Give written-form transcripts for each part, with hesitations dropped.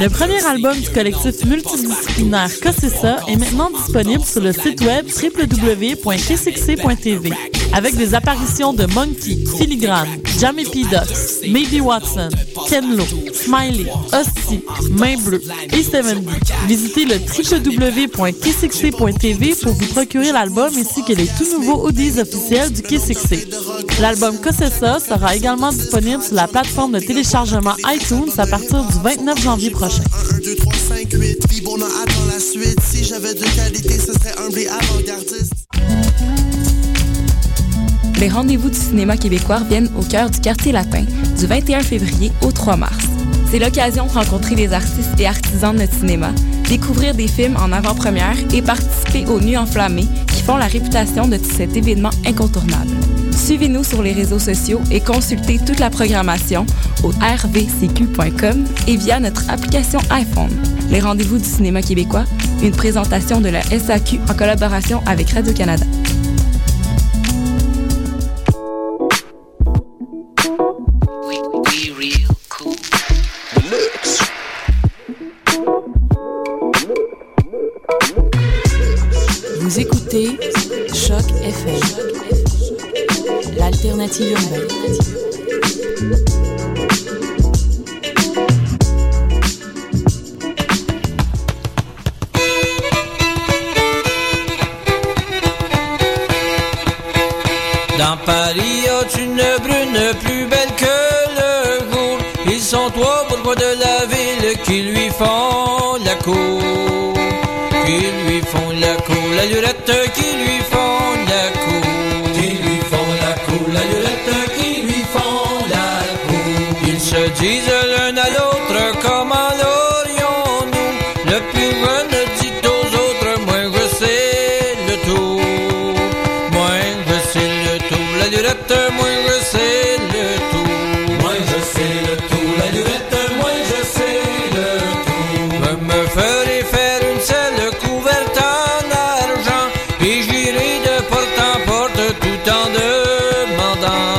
Le premier album du collectif multidisciplinaire Cossessa est maintenant disponible sur le site web www.kcxc.tv avec des apparitions de Monkey, Filigrane, Jamie P. Ducks, Maybe Watson, Ken Lo, Smiley, Hostie, Main Bleue et 70. Visitez le www.kcxc.tv pour vous procurer l'album ainsi que les tout nouveaux audios officiels du KCXC. L'album Cossessa sera également disponible sur la plateforme de téléchargement iTunes à partir du 29 janvier prochain. 1, 2, 3, 5, 8, puis bon, on attend la suite. Si j'avais de qualité, ce serait humble et avant-gardiste. Les rendez-vous du cinéma québécois viennent au cœur du Quartier Latin, du 21 février au 3 mars. C'est l'occasion de rencontrer des artistes et artisans de notre cinéma, découvrir des films en avant-première et participer aux Nuits enflammées qui font la réputation de cet événement incontournable. Suivez-nous sur les réseaux sociaux et consultez toute la programmation au rvcq.com et via notre application iPhone. Les rendez-vous du cinéma québécois, une présentation de la SAQ en collaboration avec Radio-Canada. Vous écoutez Choc FM, l'alternative urbaine. Dans Paris, y a une brune plus belle que le jour. Ils sont trois bourgeois de la ville qui lui font la cour. Qui lui font la cour, la lurette qui lui font la cour. Qui lui font la cour, la lurette qui lui font la cour. Ils se disent l'un à l'autre, comment l'aurions-nous? Le plus jeune dit aux autres, moi je sais le tout. Moi je sais le tout, la lurette, moi je sais le tout. Moi je sais le tout, la lurette, moi je sais le tout. Je me ferai faire une selle couverte en argent et j'irai de porte en porte tout en demandant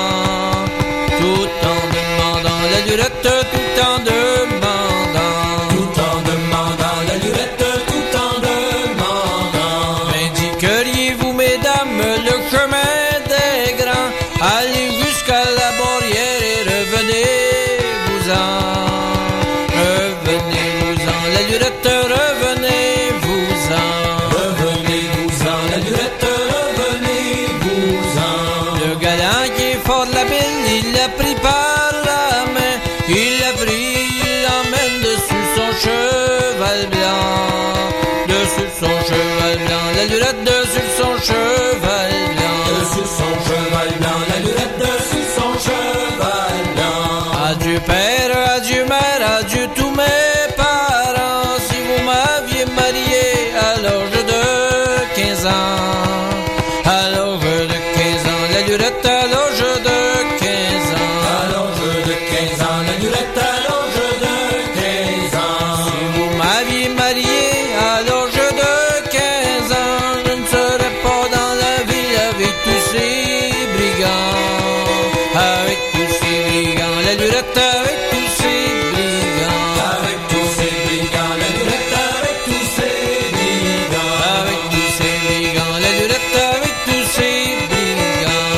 la lurette, tout en demandant la lurette, tout en demandant. M'indiqueriez-vous, mesdames, le chemin des grands? Allez jusqu'à la barrière et revenez-vous-en, la lurette, revenez-vous-en, la lurette, revenez-vous-en. Le galant qui est fort de la bille, il l'a pris par la main, il l'a pris, il l'emmène dessus son cheval blanc, dessus son cheval blanc, la lurette dessus son cheval blanc, dessus son cheval blanc, la lurette dessus son cheval blanc. Adieu père, adieu mère, adieu tous mes parents. Si vous m'aviez marié à l'âge de 15 ans, à l'âge de 15 ans, la lurette à l'âge de 15 ans, à l'âge de 15 ans, la lurette à l'âge de 15 ans. Si vous m'aviez marié à l'âge de 15 ans, je ne serais pas dans la ville avec tous ces brigands, avec tous ces brigands, la lurette avec tous ces brigands, avec tous ces brigands, la lurette avec tous ces brigands, avec tous ces brigands, la lurette avec tous ces brigands.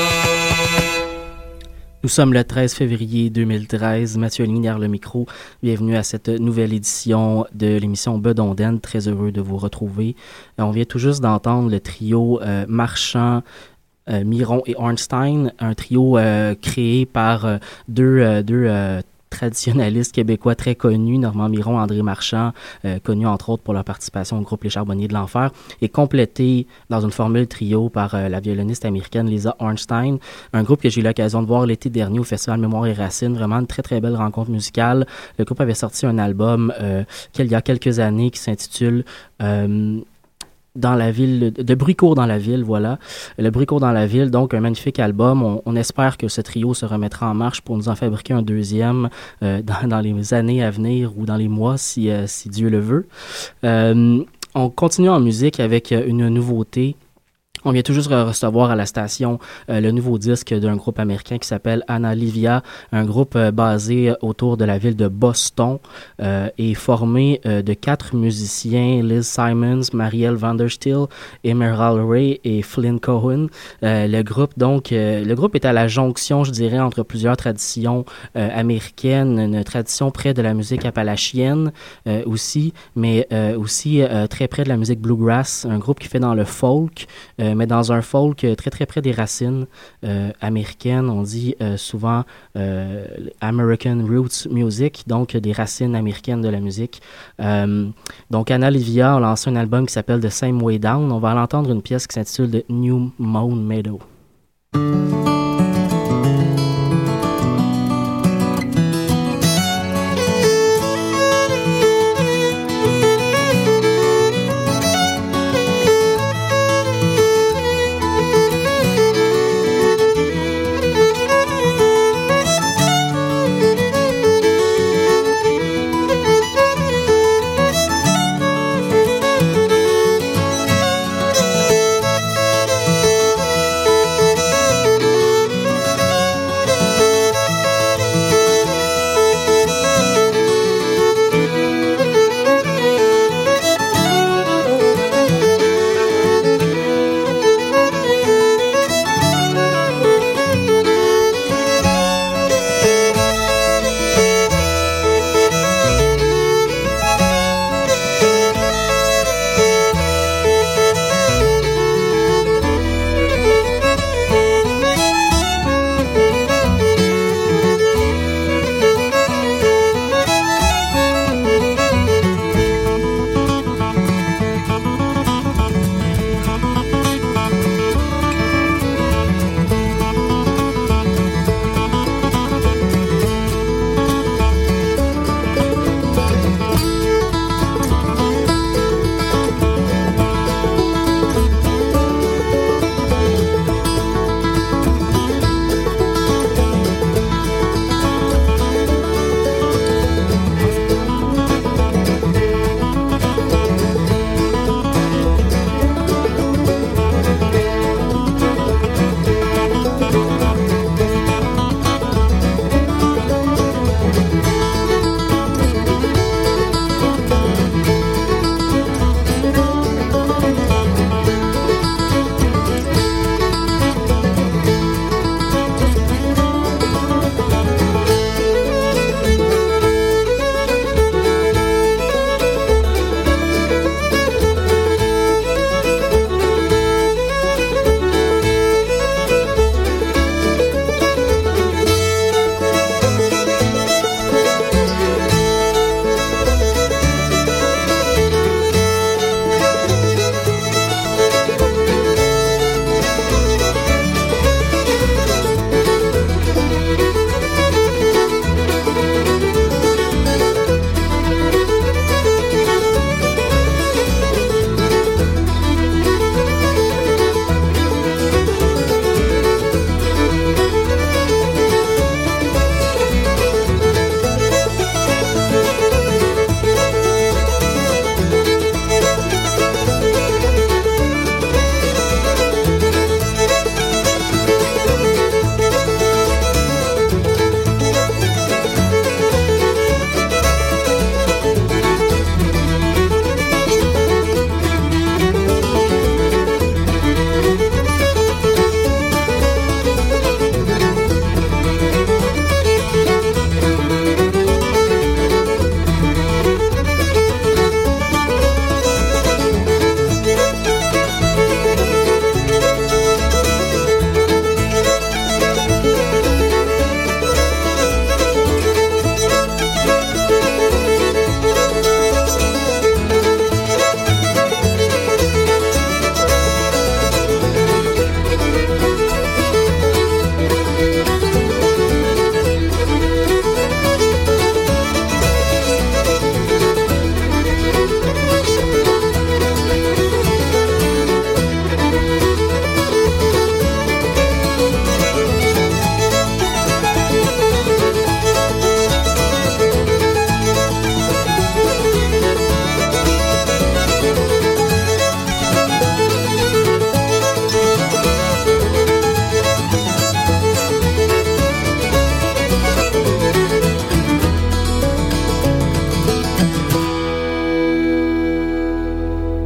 Nous sommes le 13 février 2013. Mathieu Aligny derrière le micro. Bienvenue à cette nouvelle édition de l'émission Bedonden. Très heureux de vous retrouver. On vient tout juste d'entendre le trio Marchand, Miron et Ornstein, un trio créé par deux traditionnalistes québécois très connus, Normand Miron, André Marchand, connus entre autres pour leur participation au groupe Les Charbonniers de l'Enfer, et complété dans une formule trio par la violoniste américaine Lisa Ornstein, un groupe que j'ai eu l'occasion de voir l'été dernier au Festival Mémoire et Racines, vraiment une très très belle rencontre musicale. Le groupe avait sorti un album il y a quelques années qui s'intitule dans la ville, de bruit court dans la ville, voilà. Le bruit court dans la ville, donc un magnifique album. On espère que ce trio se remettra en marche pour nous en fabriquer un deuxième dans les années à venir ou dans les mois si Dieu le veut. On continue en musique avec une nouveauté. On vient tout juste recevoir à la station le nouveau disque d'un groupe américain qui s'appelle Anna Livia, un groupe basé autour de la ville de Boston et formé de 4 musiciens, Liz Simons, Marielle Vandersteel, Emerald Ray et Flynn Cohen. Le groupe est à la jonction, je dirais, entre plusieurs traditions américaines, une tradition près de la musique appalachienne aussi, mais aussi très près de la musique bluegrass, un groupe qui fait dans le folk, mais dans un folk très très près des racines américaines. On dit souvent American Roots Music, donc des racines américaines de la musique. Donc Anna Livia a lancé un album qui s'appelle The Same Way Down. On va l'entendre une pièce qui s'intitule The New Moon Meadow.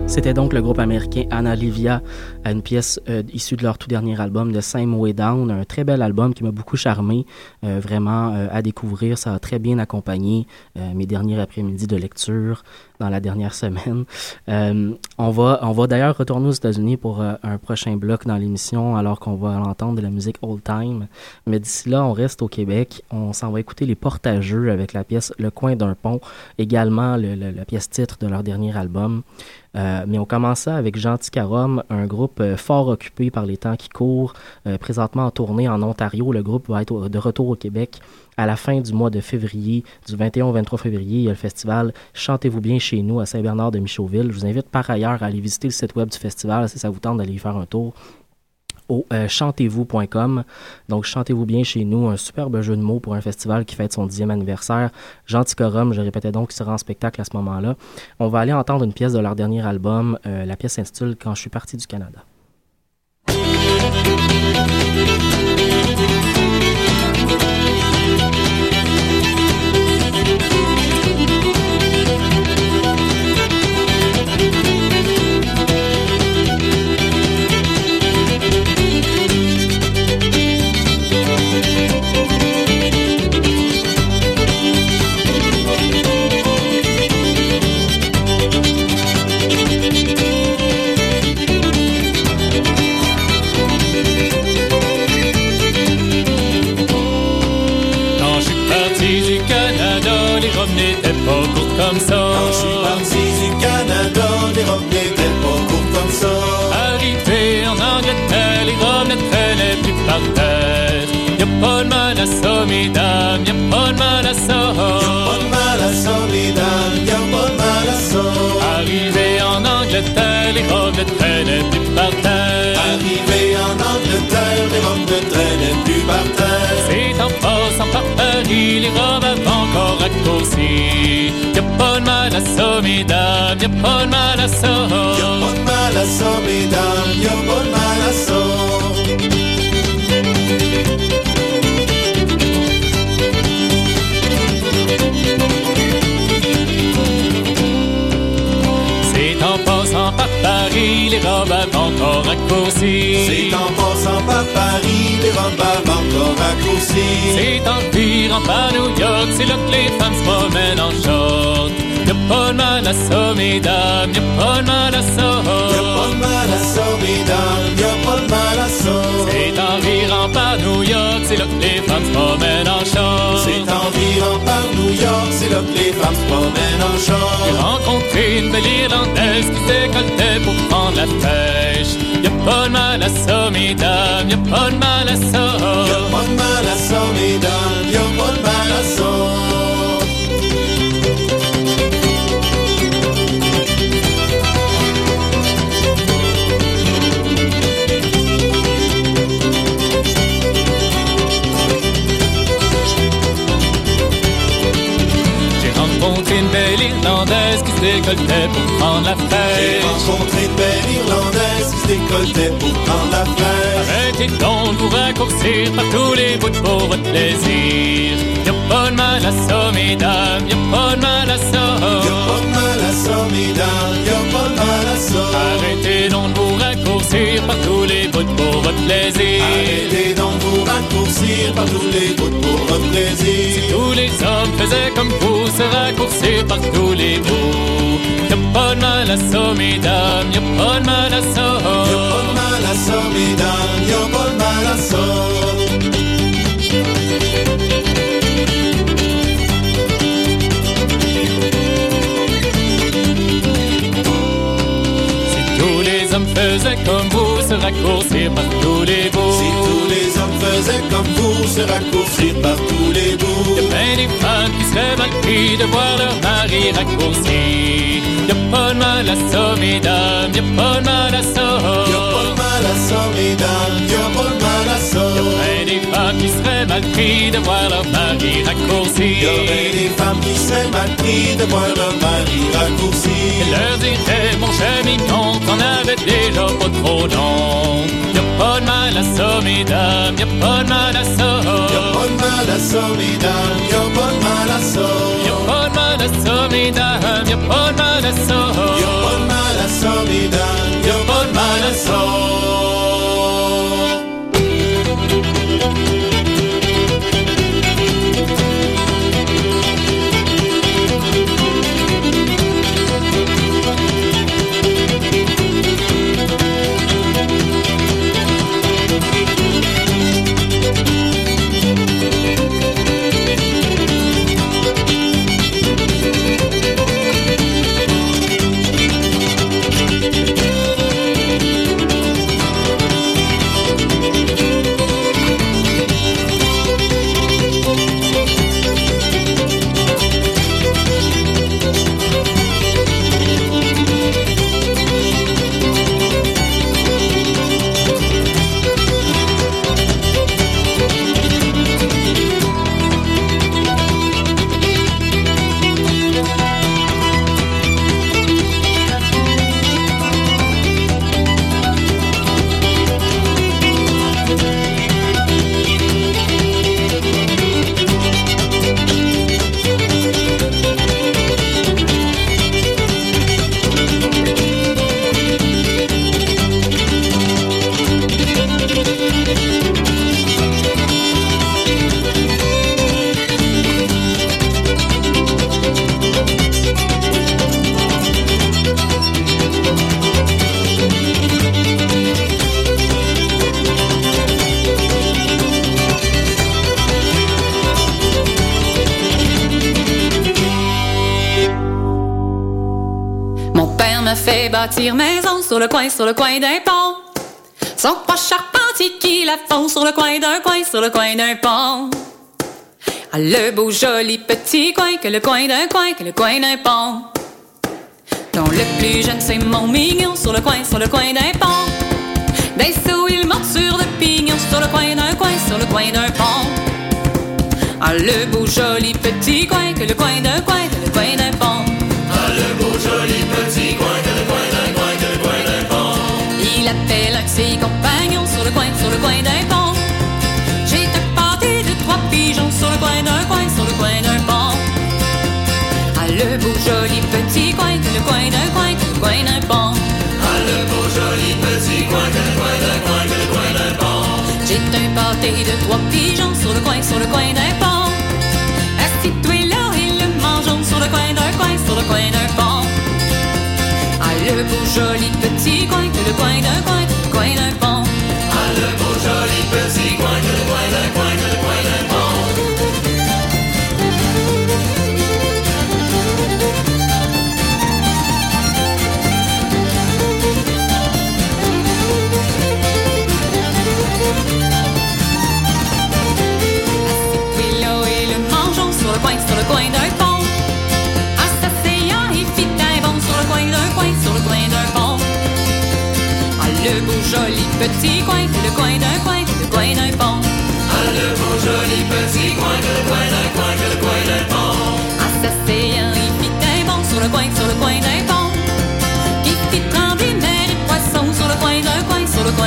C'était donc le groupe américain Anna Livia à une pièce issue de leur tout dernier album, The Same Way Down, un très bel album qui m'a beaucoup charmé, vraiment à découvrir, ça a très bien accompagné mes derniers après-midi de lecture dans la dernière semaine. On va d'ailleurs retourner aux États-Unis pour un prochain bloc dans l'émission, alors qu'on va entendre de la musique old time, mais d'ici là, on reste au Québec, on s'en va écouter les Portageux avec la pièce Le Coin d'un Pont, également la pièce titre de leur dernier album. Mais on commençait avec Gentil Carom, un groupe fort occupé par les temps qui courent, présentement en tournée en Ontario. Le groupe va être de retour au Québec à la fin du mois de février, du 21 au 23 février. Il y a le festival Chantez-vous bien chez nous à Saint-Bernard-de-Michauville. Je vous invite par ailleurs à aller visiter le site web du festival si ça vous tente d'aller y faire un tour au chantez-vous.com. Donc, Chantez-vous bien chez nous, un superbe jeu de mots pour un festival qui fête son 10e anniversaire. Gentil Corum, je répétais donc, qui sera en spectacle à ce moment-là. On va aller entendre une pièce de leur dernier album. La pièce s'intitule « Quand je suis parti du Canada ». N'étaient pas courtes comme ça. Quand je suis parti du Canada, les robes n'étaient pas courtes comme ça. Arrivé en Angleterre, les robes ne traînaient plus par terre. Y'a pas de mal à ça, mesdames, y'a pas de mal à ça. Y'a pas de mal à ça, mesdames, y'a pas de mal à ça. Arrivé en Angleterre, les robes ne traînaient plus par terre. Arrivé en Angleterre, les robes ne traînaient plus par terre. C'est en passant par Paris, les robes avaient encore raccourci. Y'a pas de mal à ça, mesdames, y'a pas de mal à ça. Y'a pas de mal à ça, mesdames, y'a pas de mal à ça. C'est en passant par Paris, les robes avaient encore raccourci. C'est en passant par Paris, les robes avaient encore raccourci. C'est en virant par New York, c'est là que les femmes se promènent en short. Y'a pas de mal à ça, mesdames, y'a pas de mal à ça. Y'a pas de mal à ça, mesdames, y'a pas de mal à ça. C'est en virant par New York, c'est là que les femmes se promènent en short. C'est en virant par New York, c'est là que les femmes se promènent en short. J'ai rencontré une belle Irlandaise qui décolletait pour prendre la pêche. Y'a pas de mal à ça, mesdames, y'a pas de mal à ça. Y'a pas de mal à ça, mesdames, y'a pas de mal à ça. Rencontré une belle Irlandaise qui se décolletait pour prendre la pêche. J'ai rencontré une belle Irlandaise qui se décolletait pour prendre la pêche. Arrêtez donc de vous raccourcir par tous les bouts pour votre plaisir. Y'a pas de mal à ça, mesdames, y'a pas de mal à ça. Y'a pas de mal à ça, mesdames, y'a pas de mal à ça. Arrêtez donc de vous raccourcir par tous les bouts pour votre plaisir. Arrêtez donc de vous raccourcir par tous les bouts pour votre plaisir. Si tous les hommes faisaient comme vous, se raccourcir par tous les bouts. Y'a pas de mal à ça, mesdames, y'a pas de mal à ça. Y'a pas de mal à ça, mesdames, y'a pas de mal à ça. Tous les hommes faisaient comme vous, se raccourcir par tous les bouts. Si tous les hommes faisaient comme vous, se raccourcir par tous les bouts. Y'a ben des femmes qui seraient mal pris de voir leur mari raccourci. Y'a pas de mal à ça, mesdames, y'a pas de mal à ça. Y'a pas de mal à ça, mesdames, y'a pas de mal à ça. Y'a ben des femmes qui seraient mal pris de voir leur mari raccourci. Y'a ben des femmes qui seraient mal pris de voir leur mari raccourci. Elle leur dirait, mon cher mignon, t'en avais déjà pas trop long. Y'a pas de mal à ça, mesdames, y'a pas de mal à ça. Y'a pas de mal à ça, mesdames, y'a pas de mal à ça. Y'a pas de mal à ça, mesdames, y'a pas de mal à ça. Y'a pas de mal à ça, a fait bâtir maison sur le coin d'un pont. Sont pas charpentiers qui la font sur le coin d'un pont. Ah, le beau joli petit coin, que le coin d'un pont. Dont le plus jeune c'est mon mignon sur le coin d'un pont. Des sous il monte sur de pignon sur le coin d'un pont. Ah, le beau joli petit coin, que le coin d'un pont. Ah, le beau joli petit coin, que le coin d'un pont. Il appelle un de ses compagnons sur le coin d'un pont. J'ai un pâté de 3 pigeons sur le coin d'un pont. Ah, le beau joli petit coin, que le coin d'un pont. Ah, le beau joli petit coin, que le coin d'un pont. J'ai un pâté de 3 pigeons sur le coin d'un pont. Assis-toi là et le mangeons sur le coin d'un pont. Ah, le beau joli petit coin, que le coin d'un pont. Ah, le beau joli petit coin, que le coin d'un pont. Sur le coin d'un pont. Ah, s'asseyant, il fit un bond sur le coin d'un pont. Ah, le beau joli petit coin, que le coin d'un pont. Ah, le beau joli petit coin, que le coin d'un pont. Ah, s'asseyant, il fit un bond sur le coin d'un pont. Qui fit trembler mer et poissons sur le coin d'un pont.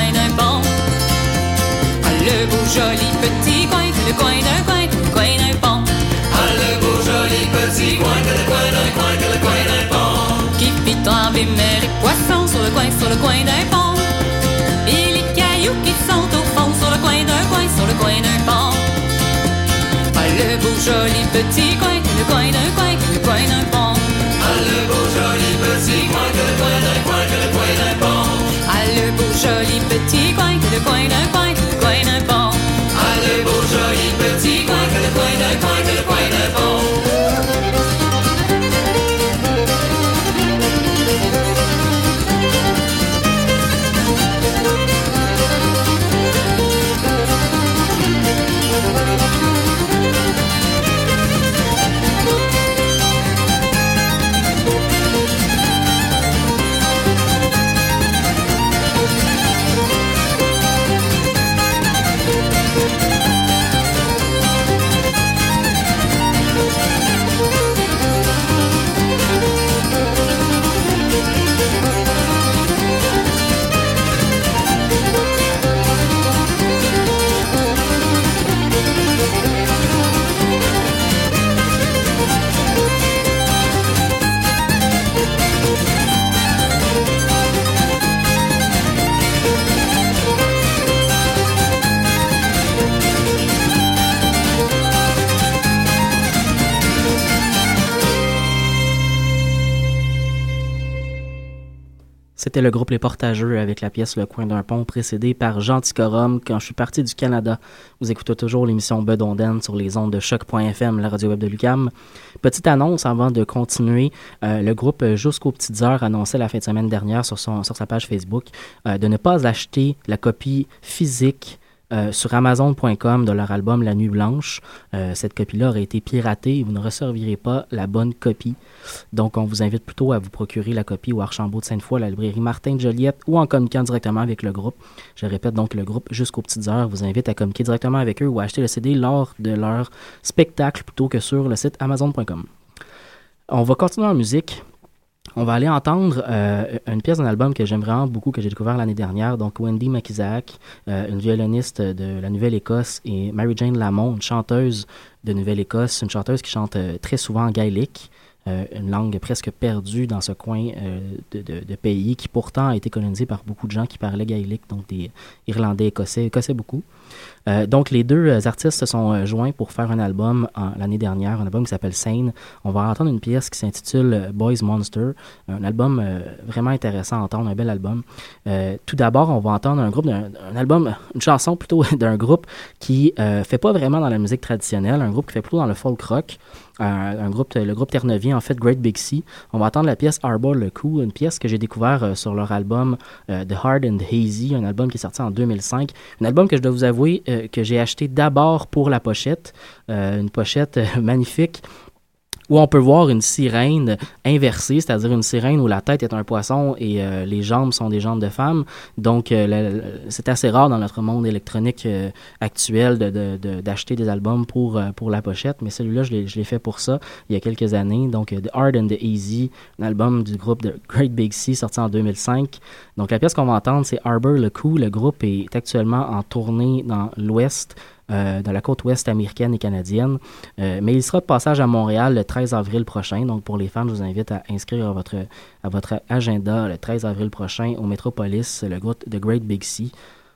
Ah, le beau joli petit coin, que le coin d'un pont. Ah, le beau joli petit coin, que le coin d'un pont. Qui fit trembler mer et poissons sur le coin d'un pont. Et les cailloux qui sont au fond sur le coin d'un pont. Ah, le beau joli petit coin, que le coin d'un pont. Ah, le beau joli petit coin, que le coin d'un pont. Ah, le beau joli petit coin, que le coin d'un pont. Ah, le beau joli petit coin, que le coin d'un pont. C'était le groupe Les Portageux avec la pièce Le Coin d'un pont, précédé par Jean Ticorum. Quand je suis parti du Canada, vous écoutez toujours l'émission Bedonden sur les ondes de choc.fm, la radio web de l'UQAM. Petite annonce avant de continuer. Le groupe Jusqu'aux Petites Heures annonçait la fin de semaine dernière sur sa page Facebook de ne pas acheter la copie physique sur Amazon.com de leur album La Nuit Blanche. Cette copie-là aurait été piratée et vous ne recevrez pas la bonne copie. Donc, on vous invite plutôt à vous procurer la copie au Archambault de Sainte-Foy, la librairie Martin de Joliette ou en communiquant directement avec le groupe. Je répète donc, le groupe Jusqu'aux Petites Heures vous invite à communiquer directement avec eux ou à acheter le CD lors de leur spectacle plutôt que sur le site Amazon.com. On va continuer en musique. On va aller entendre une pièce d'un album que j'aime vraiment beaucoup, que j'ai découvert l'année dernière. Donc, Wendy McIsaac, une violoniste de la Nouvelle-Écosse, et Mary-Jane Lamont, une chanteuse de Nouvelle-Écosse, une chanteuse qui chante très souvent en gaélique, une langue presque perdue dans ce coin de pays qui pourtant a été colonisé par beaucoup de gens qui parlaient gaélique, donc des Irlandais, Écossais beaucoup. Donc, les deux artistes se sont joints pour faire un album l'année dernière, un album qui s'appelle Sane. On va entendre une pièce qui s'intitule Boys Monster, un album vraiment intéressant à entendre, un bel album. Tout d'abord, on va entendre une chanson plutôt d'un groupe qui fait pas vraiment dans la musique traditionnelle, un groupe qui fait plutôt dans le folk rock. Le groupe Terre-Neuvien en fait Great Big Sea. On va entendre la pièce Harbor le Coup, une pièce que j'ai découvert sur leur album The Hard and Hazy, un album qui est sorti en 2005. Un album que je dois vous avouer que j'ai acheté d'abord pour la pochette, une pochette magnifique, où on peut voir une sirène inversée, c'est-à-dire une sirène où la tête est un poisson et les jambes sont des jambes de femme. Donc, c'est assez rare dans notre monde électronique actuel d'acheter des albums pour la pochette, mais celui-là, je l'ai fait pour ça il y a quelques années. Donc, The Hard and the Easy, un album du groupe de Great Big Sea sorti en 2005. Donc, la pièce qu'on va entendre, c'est Harbor le Coup. Le groupe est actuellement en tournée dans l'Ouest, dans la côte ouest américaine et canadienne. Mais il sera de passage à Montréal le 13 avril prochain. Donc, pour les fans, je vous invite à inscrire à votre agenda le 13 avril prochain au Métropolis, le groupe The Great Big Sea.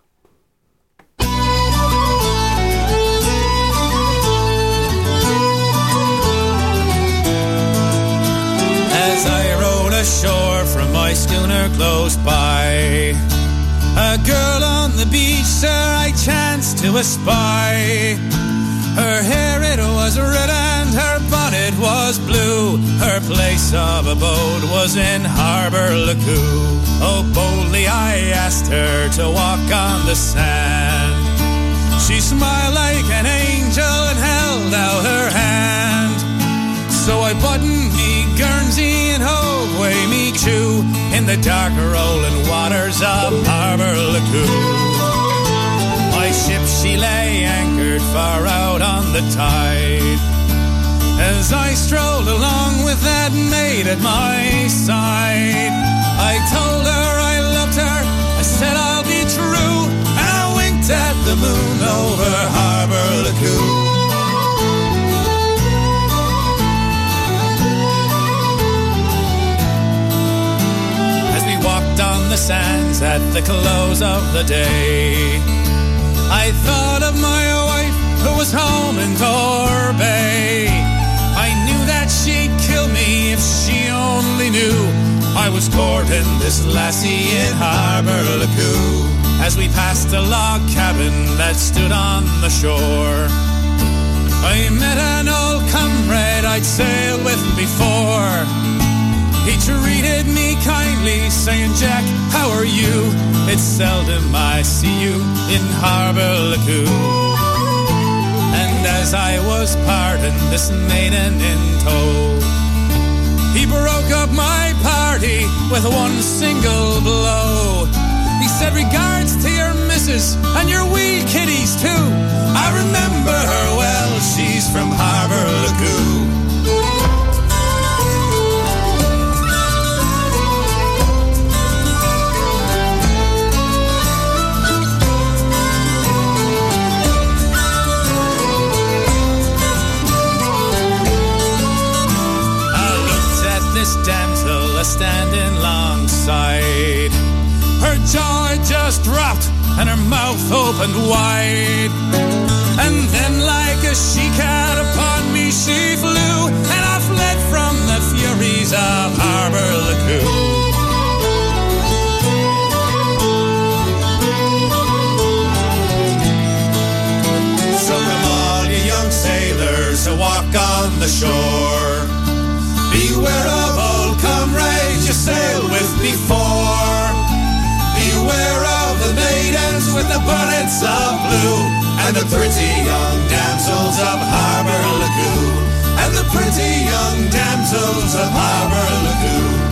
As I rowed ashore from my schooner close by, a girl on the beach there I chanced to espy. Her hair it was red and her bonnet was blue. Her place of abode was in Harbor le Coup. Oh, boldly I asked her to walk on the sand. She smiled like an angel and held out her hand. So I buttoned me Guernsey and hove away me chew in the dark rolling waters of Harbor le Coup. My ship she lay anchored far out on the tide. As I strolled along with that maid at my side, I told her I loved her, I said I'll be true, and I winked at the moon over Harbor le Coup. Walked on the sands at the close of the day, I thought of my wife who was home in Torbay. I knew that she'd kill me if she only knew I was courting this lassie in Harbor le Coup. As we passed a log cabin that stood on the shore, I met an old comrade I'd sailed with before. He treated me kindly, saying, Jack, how are you? It's seldom I see you in Harbor le Coup. And as I was parting this maiden in tow, he broke up my party with one single blow. He said, regards to your missus and your wee kiddies too. I remember her well, she's from Harbor le Coup. Damsel standing alongside, her jaw just dropped and her mouth opened wide, and then like a she-cat upon me she flew, and I fled from the furies of Harbor le Coup. So come all you young sailors who walk on the shore, beware of old comrades you sailed with before. Beware of the maidens with the bonnets of blue, and the pretty young damsels of Harbor le Coup, and the pretty young damsels of Harbor le Coup.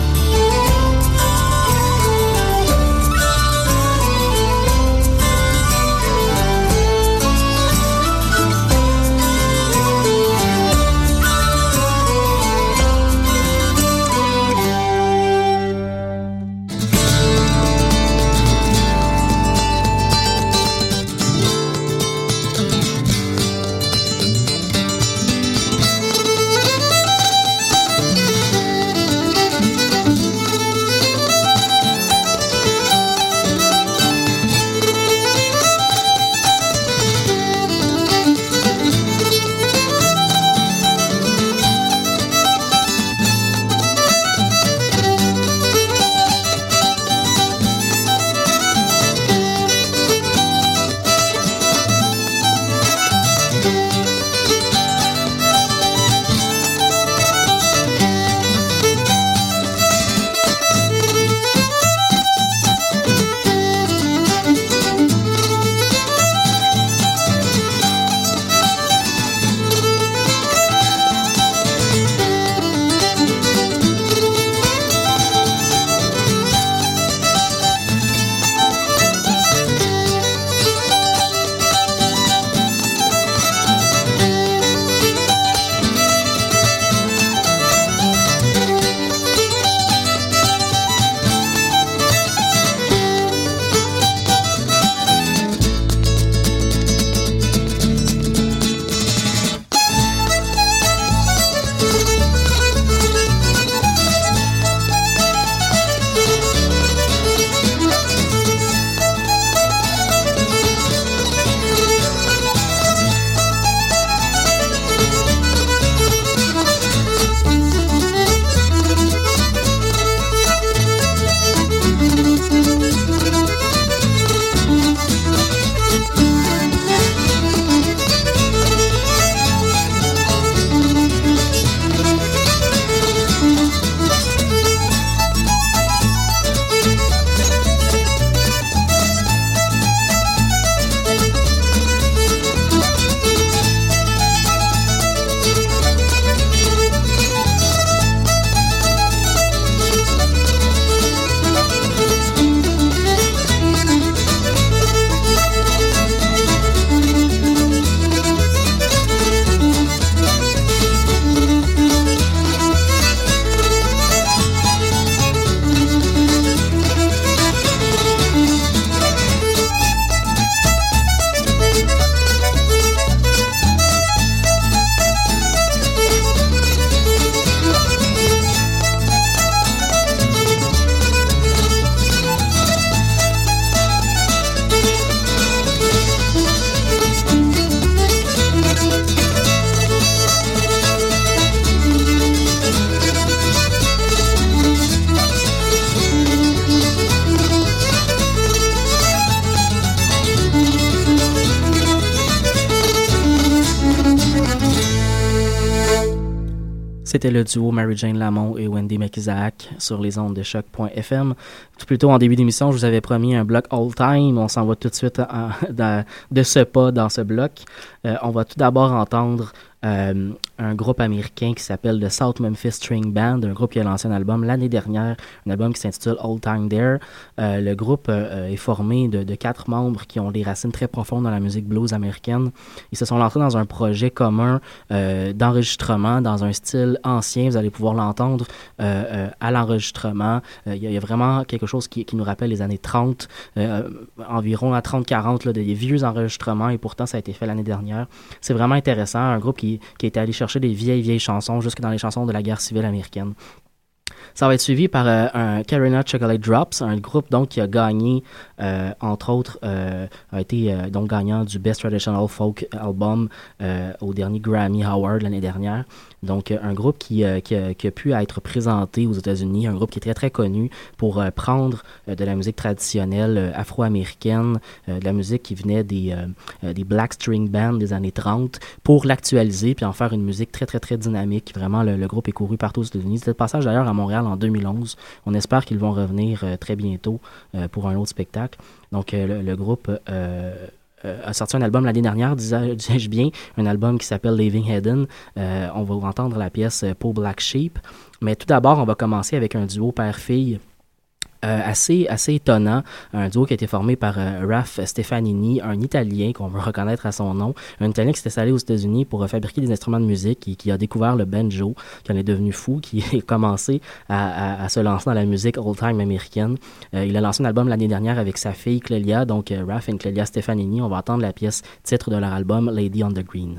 C'était le duo Mary-Jane Lamont et Wendy McIsaac sur les ondes de choc.fm. Tout plus tôt en début d'émission, je vous avais promis un bloc all-time. On s'en va tout de suite de ce pas dans ce bloc. On va tout d'abord entendre un groupe américain qui s'appelle The South Memphis String Band, un groupe qui a lancé un album l'année dernière, un album qui s'intitule Old Time There. Le groupe est formé de 4 membres qui ont des racines très profondes dans la musique blues américaine. Ils se sont lancés dans un projet commun d'enregistrement dans un style ancien. Vous allez pouvoir l'entendre à l'enregistrement. Il y a vraiment quelque chose qui nous rappelle les années 30, environ à 30-40, des vieux enregistrements, et pourtant ça a été fait l'année dernière. C'est vraiment intéressant, un groupe qui était allé chercher des vieilles chansons jusque dans les chansons de la guerre civile américaine. Ça va être suivi par un Carolina Chocolate Drops, un groupe donc qui a gagné, entre autres, a été donc gagnant du Best Traditional Folk Album au dernier Grammy Award l'année dernière. Donc un groupe qui a pu être présenté aux États-Unis, un groupe qui est très très connu pour prendre de la musique traditionnelle afro-américaine, de la musique qui venait des Black String Band des années 30, pour l'actualiser puis en faire une musique très très très dynamique. Vraiment, le groupe est couru partout aux États-Unis. C'était le passage d'ailleurs à Montréal en 2011. On espère qu'ils vont revenir très bientôt pour un autre spectacle. Donc le groupe a sorti un album l'année dernière, disais-je bien, un album qui s'appelle Living Eden. On va entendre la pièce Poor Black Sheep. Mais tout d'abord, on va commencer avec un duo père-fille assez étonnant, un duo qui a été formé par Raf Stefanini, un Italien qu'on veut reconnaître à son nom, un Italien qui s'est installé aux États-Unis pour fabriquer des instruments de musique et qui a découvert le banjo, qui en est devenu fou, qui a commencé à se lancer dans la musique old-time américaine. Il a lancé un album l'année dernière avec sa fille Clélia, donc Raf et Clélia Stefanini. On va entendre la pièce titre de leur album Lady on the Green.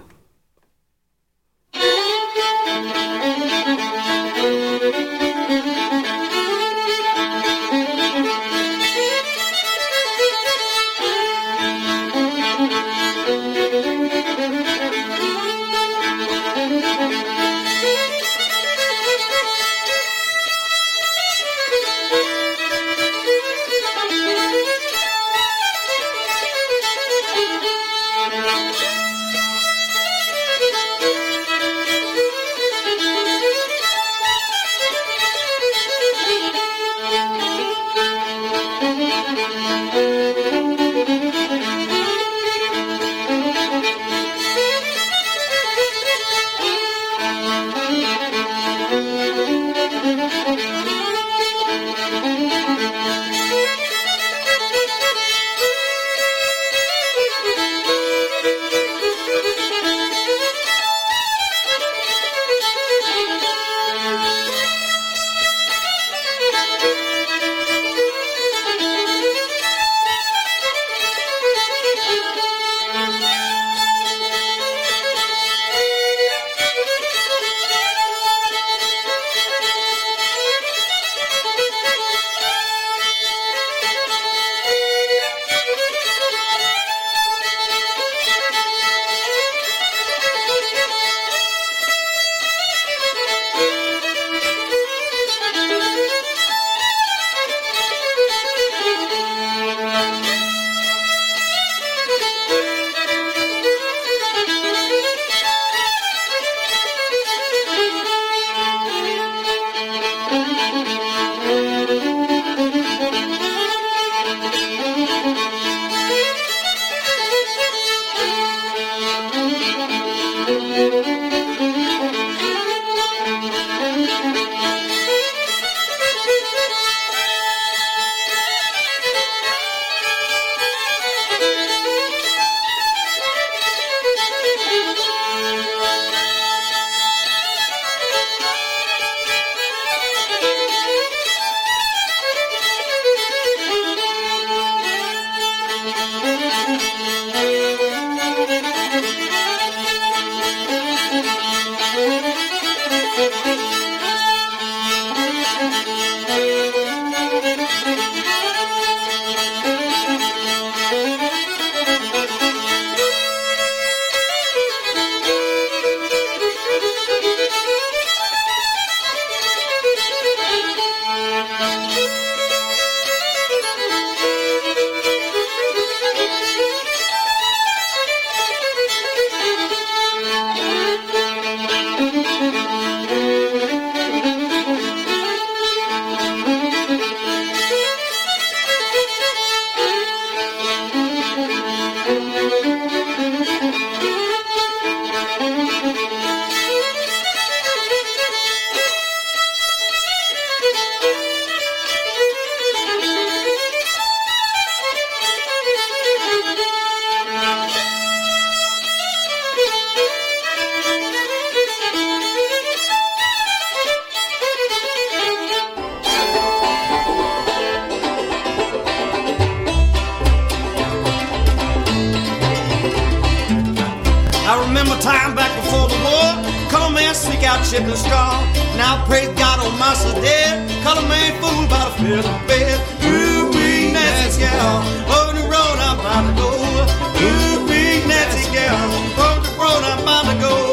time back before the war, color man sneak out chipping straw. Now praise God, old master dead. Color man fooled by the fear of the bed. Ooh, wee, Nancy gal, over the road I'm bound to go. Ooh, wee, Nancy gal, over the road I'm bound to go.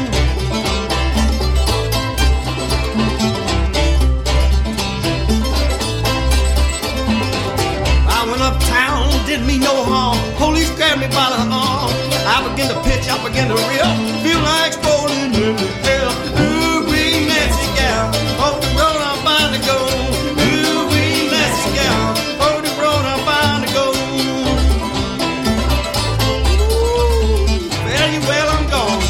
I went uptown, didn't mean no harm. Police grabbed me by the arm. I began to pitch, I began to reel. Feel like strolling in the hell. Ooh, wee, Nancy gal, over the road I'm bound to go. Ooh, wee, Nancy gal, over the road I'm bound to go. Ooh, fare you well, I'm gone.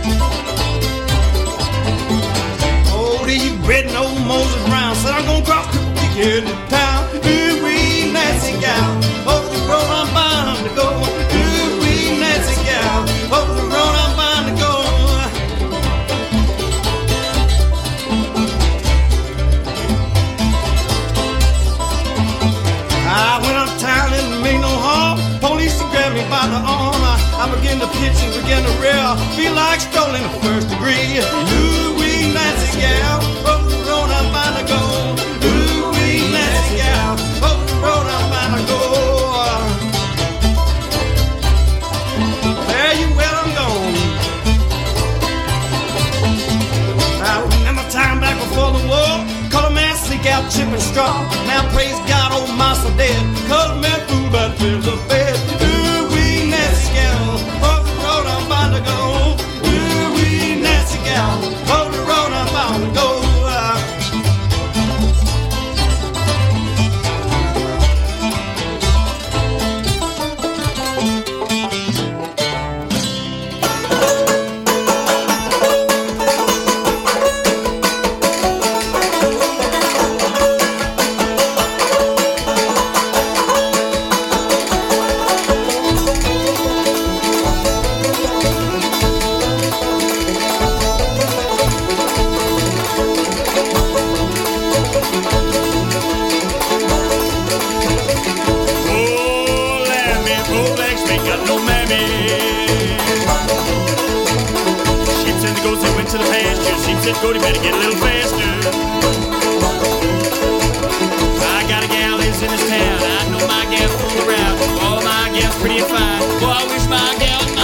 Oh, these red and old Moses Brown said I'm gonna cross the creek here to town. Ooh, wee, Nancy gal, over the road I'm bound to go. Ooh, wee, Nancy gal, over the road I'm bound to go. I went uptown and made no harm. Police grabbed me by the arm. I began to pitch and began to rail. Feel like strolling the first degree. Ooh, wee, Nancy gal, over the road I'm bound to go. Ooh, wee, Nancy gal, over the road I'm bound to go. There you well, I'm gone. I remember time back before the war. Color man sneak out chipping straw. Now praise God, old master dead. Color man fool by the fear of the bed. Ooh, wee, Nancy gal, over the road I'm bound to go. Ooh, wee, Nancy gal, over the road I'm bound to go. To the pasture, sheep said, Cody, better get a little faster. I got a gal lives in this town. I know my gal from the route. All my gals pretty and fine. Boy, I wish my gal was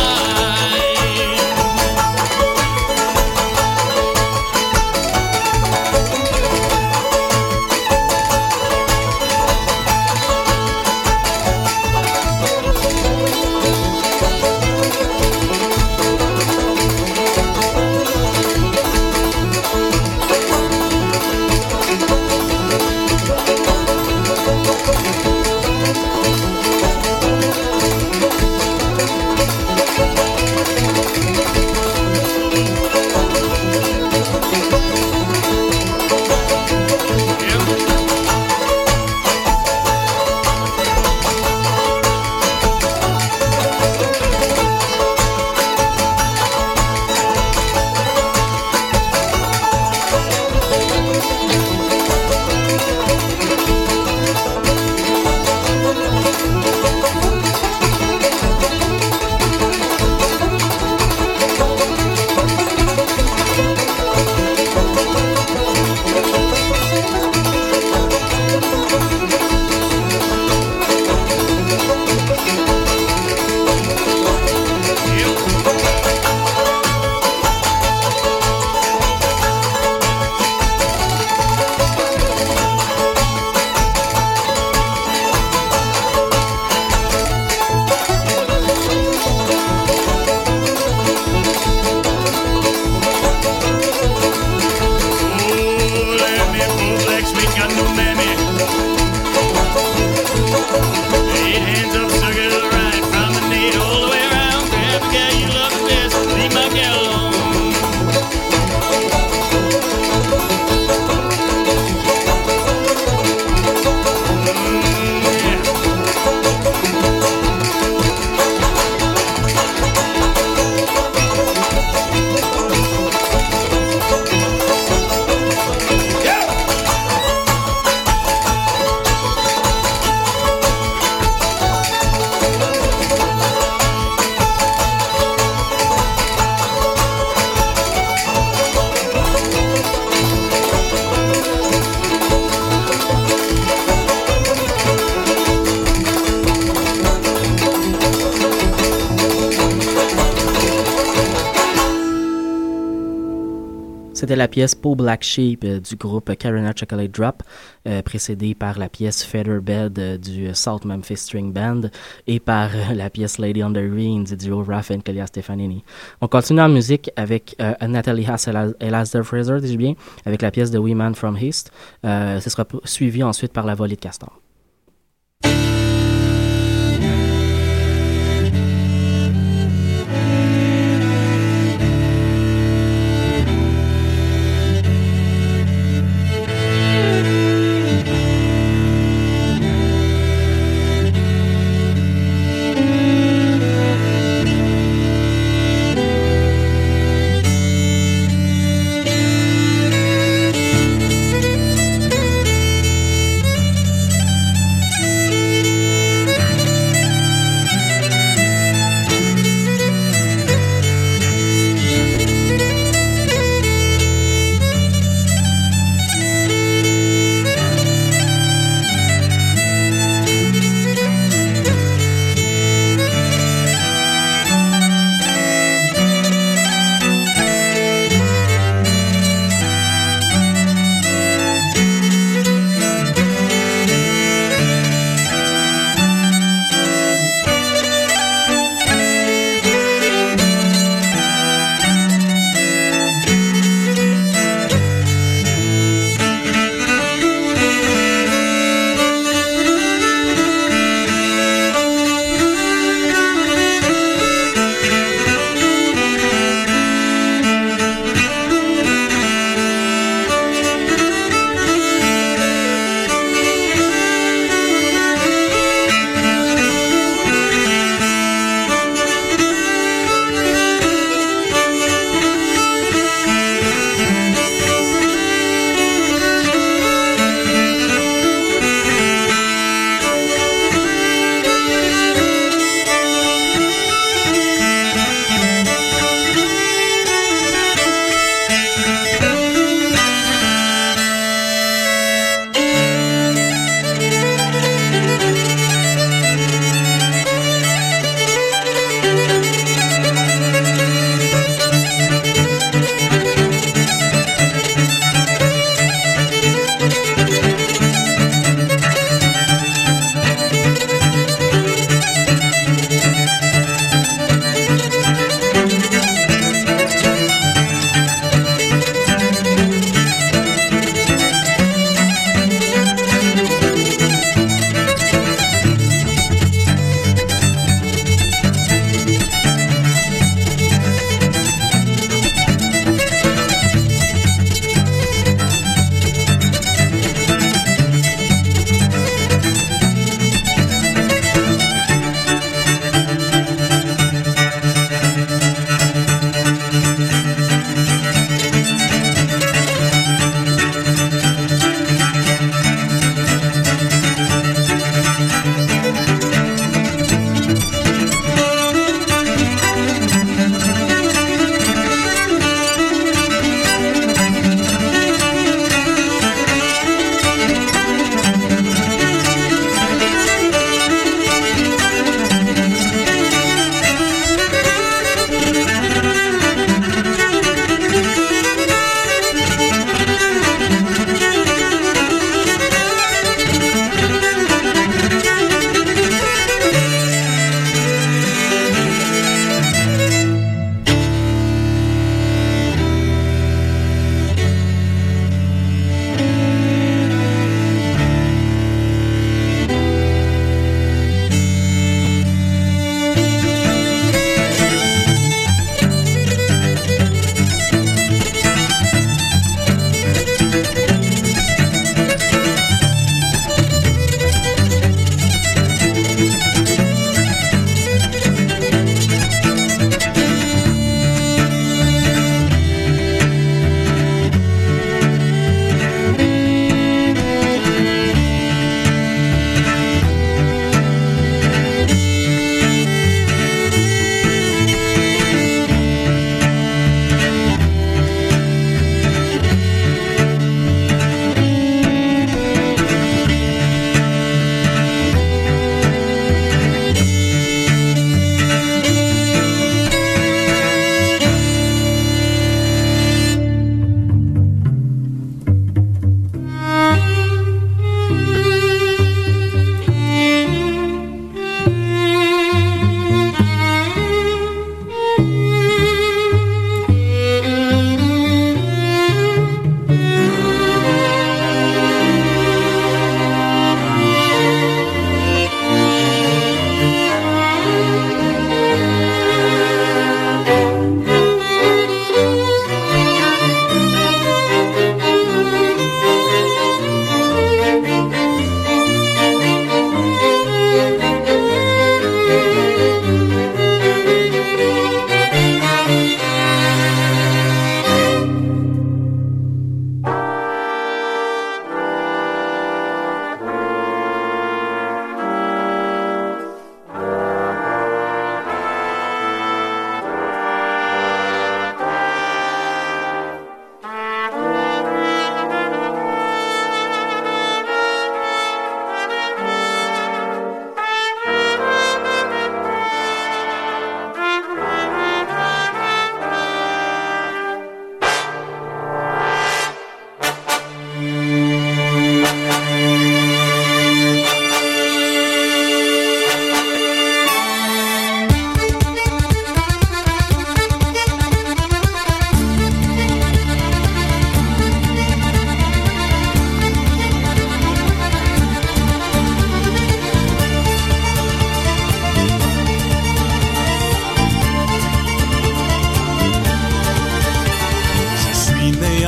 C'était la pièce Peau Black Sheep du groupe Carolina Chocolate Drop, précédée par la pièce Featherbed du South Memphis String Band et par la pièce Lady on the Green du duo Raph and Kalia Stefanini. On continue en musique avec Natalie Haas et Lasder Fraser, dis-je bien, avec la pièce de We Man From East. Ce sera suivi ensuite par la volée de Castor.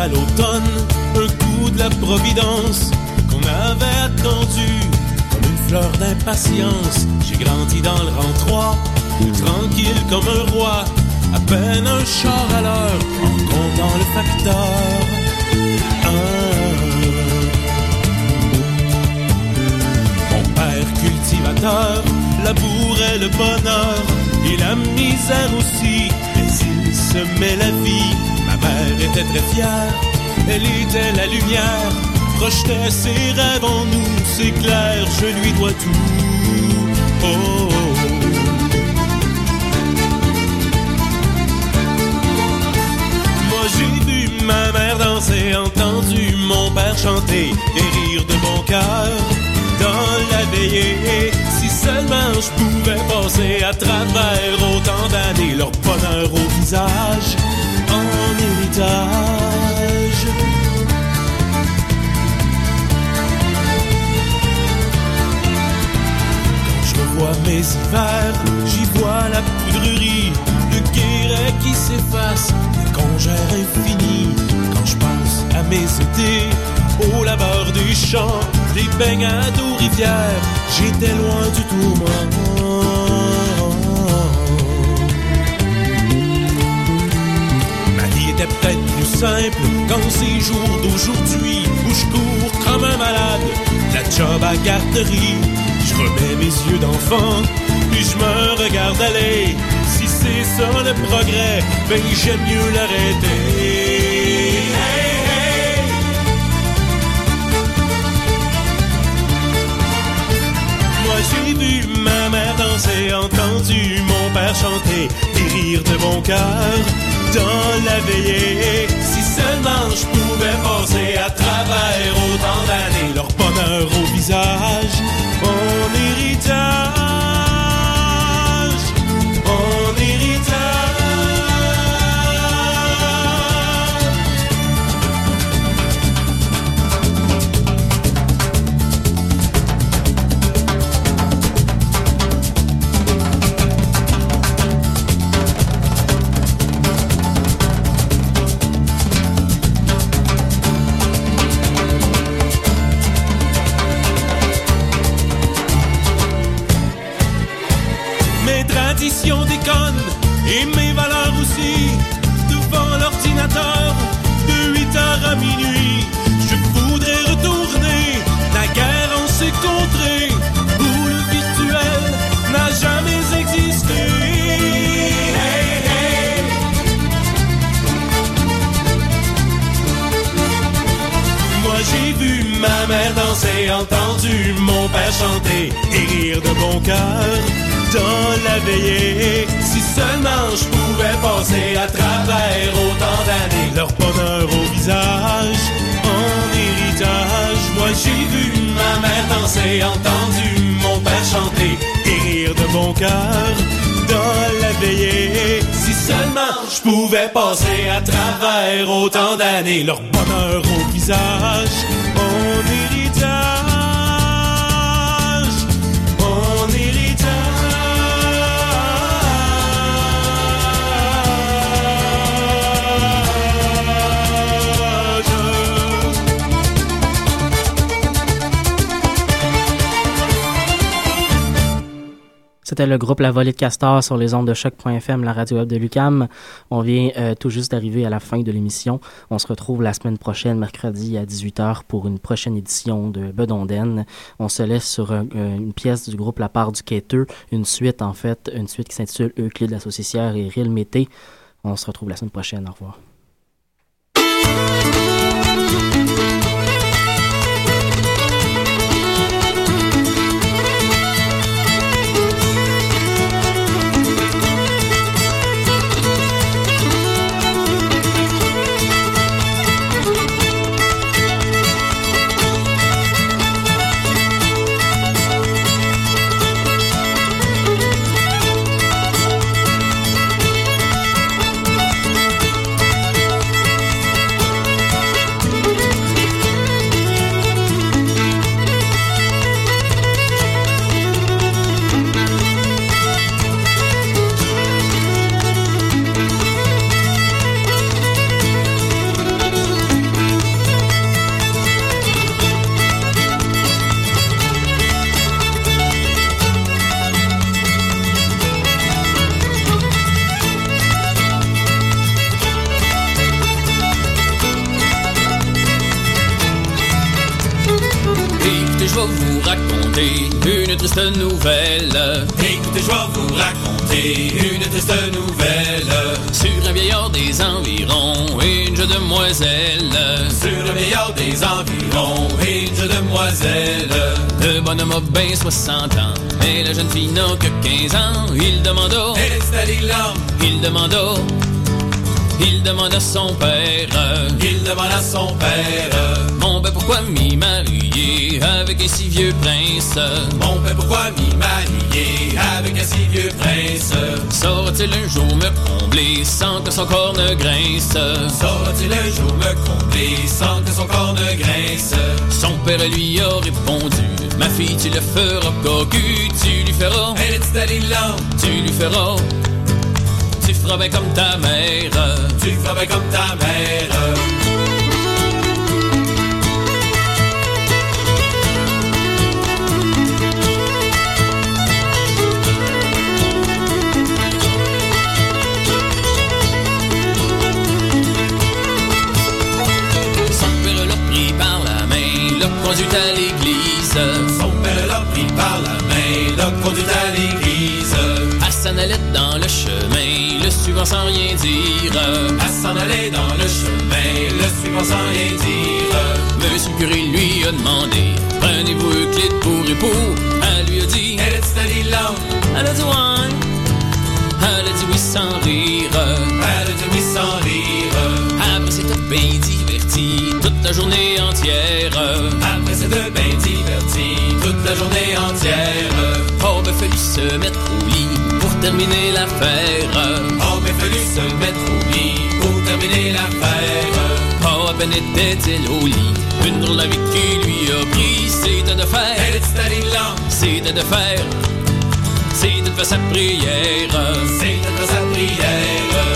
à l'automne, un coup de la providence qu'on avait attendu comme une fleur d'impatience. J'ai grandi dans le rang 3, tranquille comme un roi, à peine un char à l'heure, en comptant le facteur. Mon père cultivateur labourait le bonheur et la misère aussi, mais il semait la vie. Ma mère était très fière, elle était la lumière, projetait ses rêves en nous, c'est clair, je lui dois tout. Oh, oh, oh. Moi j'ai vu ma mère danser, entendu mon père chanter et rire de bon cœur dans la veillée. Si seulement je pouvais passer à travers autant d'années, leur bonheur au visage en héritage. Quand je revois mes hivers, j'y vois la poudrerie, le guéret qui s'efface, les congères infinis. Quand je pense à mes étés, au labeur des champs, des baignades aux rivières, j'étais loin du tourment. Ma vie était peut-être plus simple qu'en ces jours d'aujourd'hui, où je cours comme un malade, la job à garderie. Je remets mes yeux d'enfant, puis je me regarde aller. Si c'est ça le progrès, ben j'aime mieux l'arrêter. J'ai vu ma mère danser, entendu mon père chanter et rire de bon cœur dans la veillée. Si seulement je pouvais passer à travers autant d'années, leur bonheur au visage, mon héritage, mon héritage. Déconne et mes valeurs aussi, devant l'ordinateur de 8h à minuit. Je voudrais retourner la guerre en s'est contrée, où le virtuel n'a jamais existé. Hey, hey. Moi j'ai vu ma mère danser, entendu mon père chanter et rire de bon cœur dans la veillée. Si seulement je pouvais passer à travers autant d'années, leur bonheur au visage en héritage. Moi j'ai vu ma mère danser, entendu mon père chanter et rire de bon cœur dans la veillée. Si seulement je pouvais passer à travers autant d'années, leur bonheur au visage en héritage. C'était le groupe La Volée de Castor sur les ondes de choc.fm, la radio web de l'UQAM. On vient tout juste d'arriver à la fin de l'émission. On se retrouve la semaine prochaine, mercredi à 18h, pour une prochaine édition de Bedonden. On se laisse sur une pièce du groupe La Part du Quêteux, une suite qui s'intitule Euclide la Saucissière et Ril Mété. On se retrouve la semaine prochaine. Au revoir. Écoutez, je vais vous raconter une triste nouvelle. Écoutez, je vais vous raconter une triste nouvelle. Sur un vieillard des environs et une jeune demoiselle. Sur un vieillard des environs et une jeune demoiselle. Le bonhomme a bien 60 ans, mais la jeune fille n'a que 15 ans. Il demanda, il demande à son père. Il demande à son père. Mon père, pourquoi m'y marier avec un si vieux prince? Mon père, pourquoi m'y marier avec un si vieux prince? Saura-t-il un jour me combler sans que son corps ne grince? Saura-t-il un jour me combler sans que son corps ne grince? Son père lui a répondu, ma fille, tu le feras cocu, tu lui feras. Elle est allée là. Tu lui feras. Tu feras bien comme ta mère. Tu feras bien comme ta mère. Son père l'a pris par la main, l'a conduit à l'église. Son père l'a pris par la main, l'a conduit à l'église. Elle s'en allait dans le chemin, le suivant sans rien dire. Elle s'en allait dans le chemin, le suivant sans rien dire. Monsieur le curé lui a demandé, prenez-vous Euclide pour époux? Elle lui a dit, elle est allée là. Elle a dit ouais. Elle a dit oui sans rire. Elle a dit oui sans rire. Après c'était bien diverti toute la journée entière. Après c'était bien diverti toute la journée entière. Oh, ben fallu se mettre au lit pour terminer l'affaire. Oh, ben fallu se mettre au lit pour terminer l'affaire. Oh, à peine était-elle au lit, une drôle avec qui lui a pris, c'était de faire. Elle est allée là. C'était de faire. C'était de faire sa prière. C'était de faire sa prière.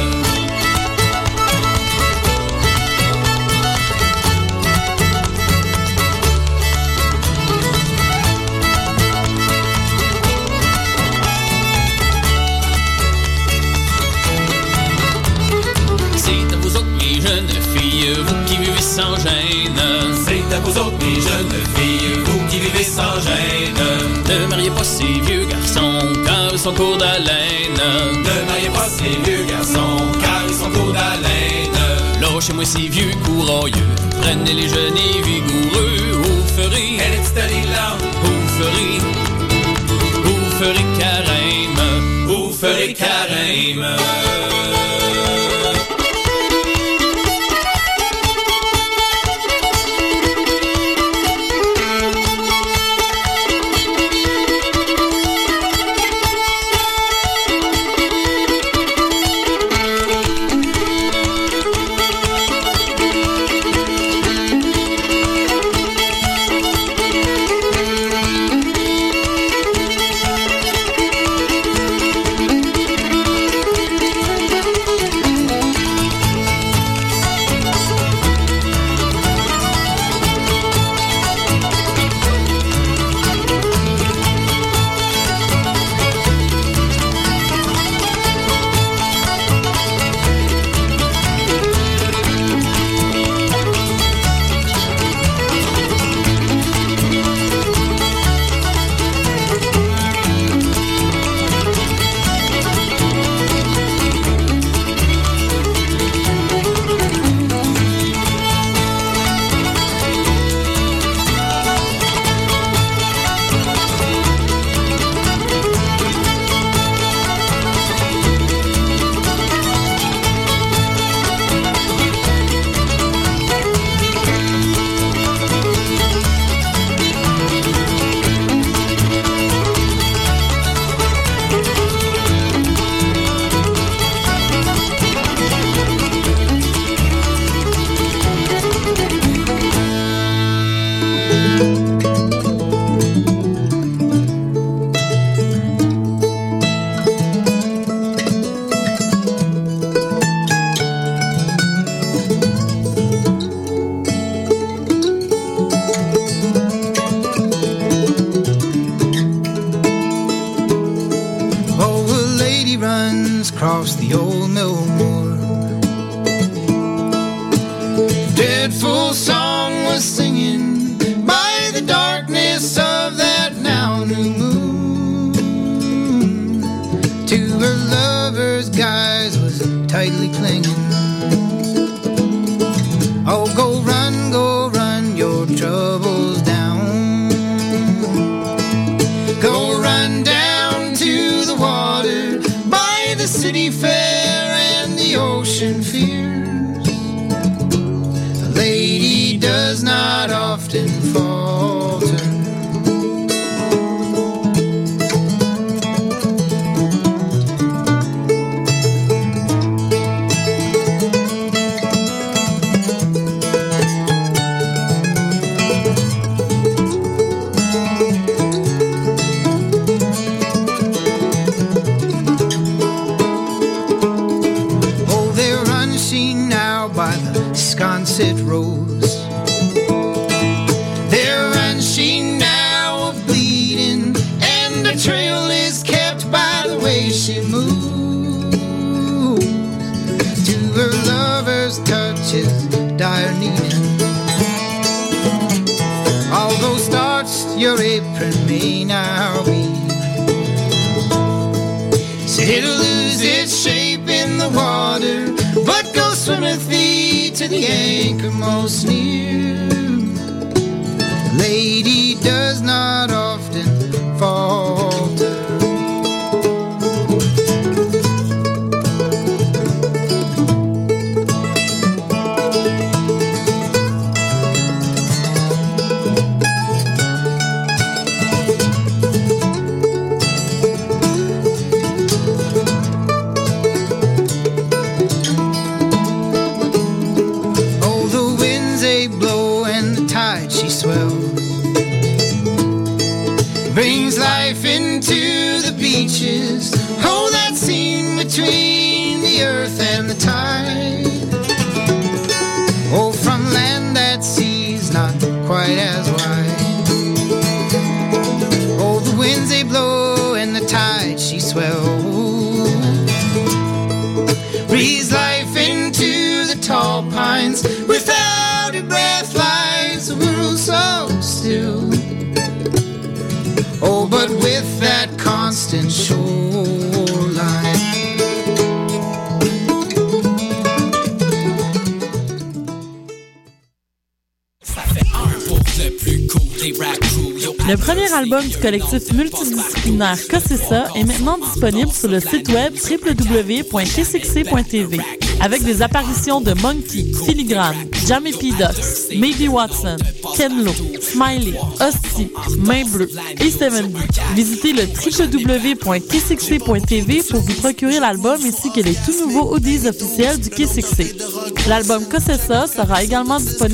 Vous qui vivez sans gêne. C'est à vous autres, mes jeunes filles, vous qui vivez sans gêne. Ne mariez pas ces vieux garçons, car ils sont courts d'haleine. Ne mariez pas ces vieux garçons, car ils sont courts d'haleine. Lâchez-moi ces vieux courroyeux, prenez les jeunes et vigoureux. Vous ferez, elle est allée là. Vous ferez carême. Vous ferez carême. across the old mill moor. Dreadful song was singing by the darkness Oh, go run your troubles down. Go run down to the water by the city fair and the ocean fears. The lady does not often falter. Sconset Rose. There runs she now bleeding, and the trail is kept by the way she moves. To her lover's touches, dire needing. Although starched your apron may now be, so it'll lose its shape in the water, but go swimmeth thee to the anchor most near. Lady does not often falter. Brings life into the beaches. Oh, that scene between the earth and the tide. Oh, from land that sea's not quite as wide. Oh, the winds they blow and the tide she swells. Breathes life into the tall pines. Without a breath lies the world so still. Oh, but with that constant shoreline. Le premier album du collectif multidisciplinaire Cossessa est maintenant disponible sur le site web www.k6c.tv avec des apparitions de Monkey, Filigrane, Jamie P. Ducks, Maybe Watson, Ken Lo, Smiley, Hostie, Main Bleue et 70. Visitez le www.k6c.tv pour vous procurer l'album ainsi que les tout nouveaux oldies officiels du K6C. L'album Cossessa sera également disponible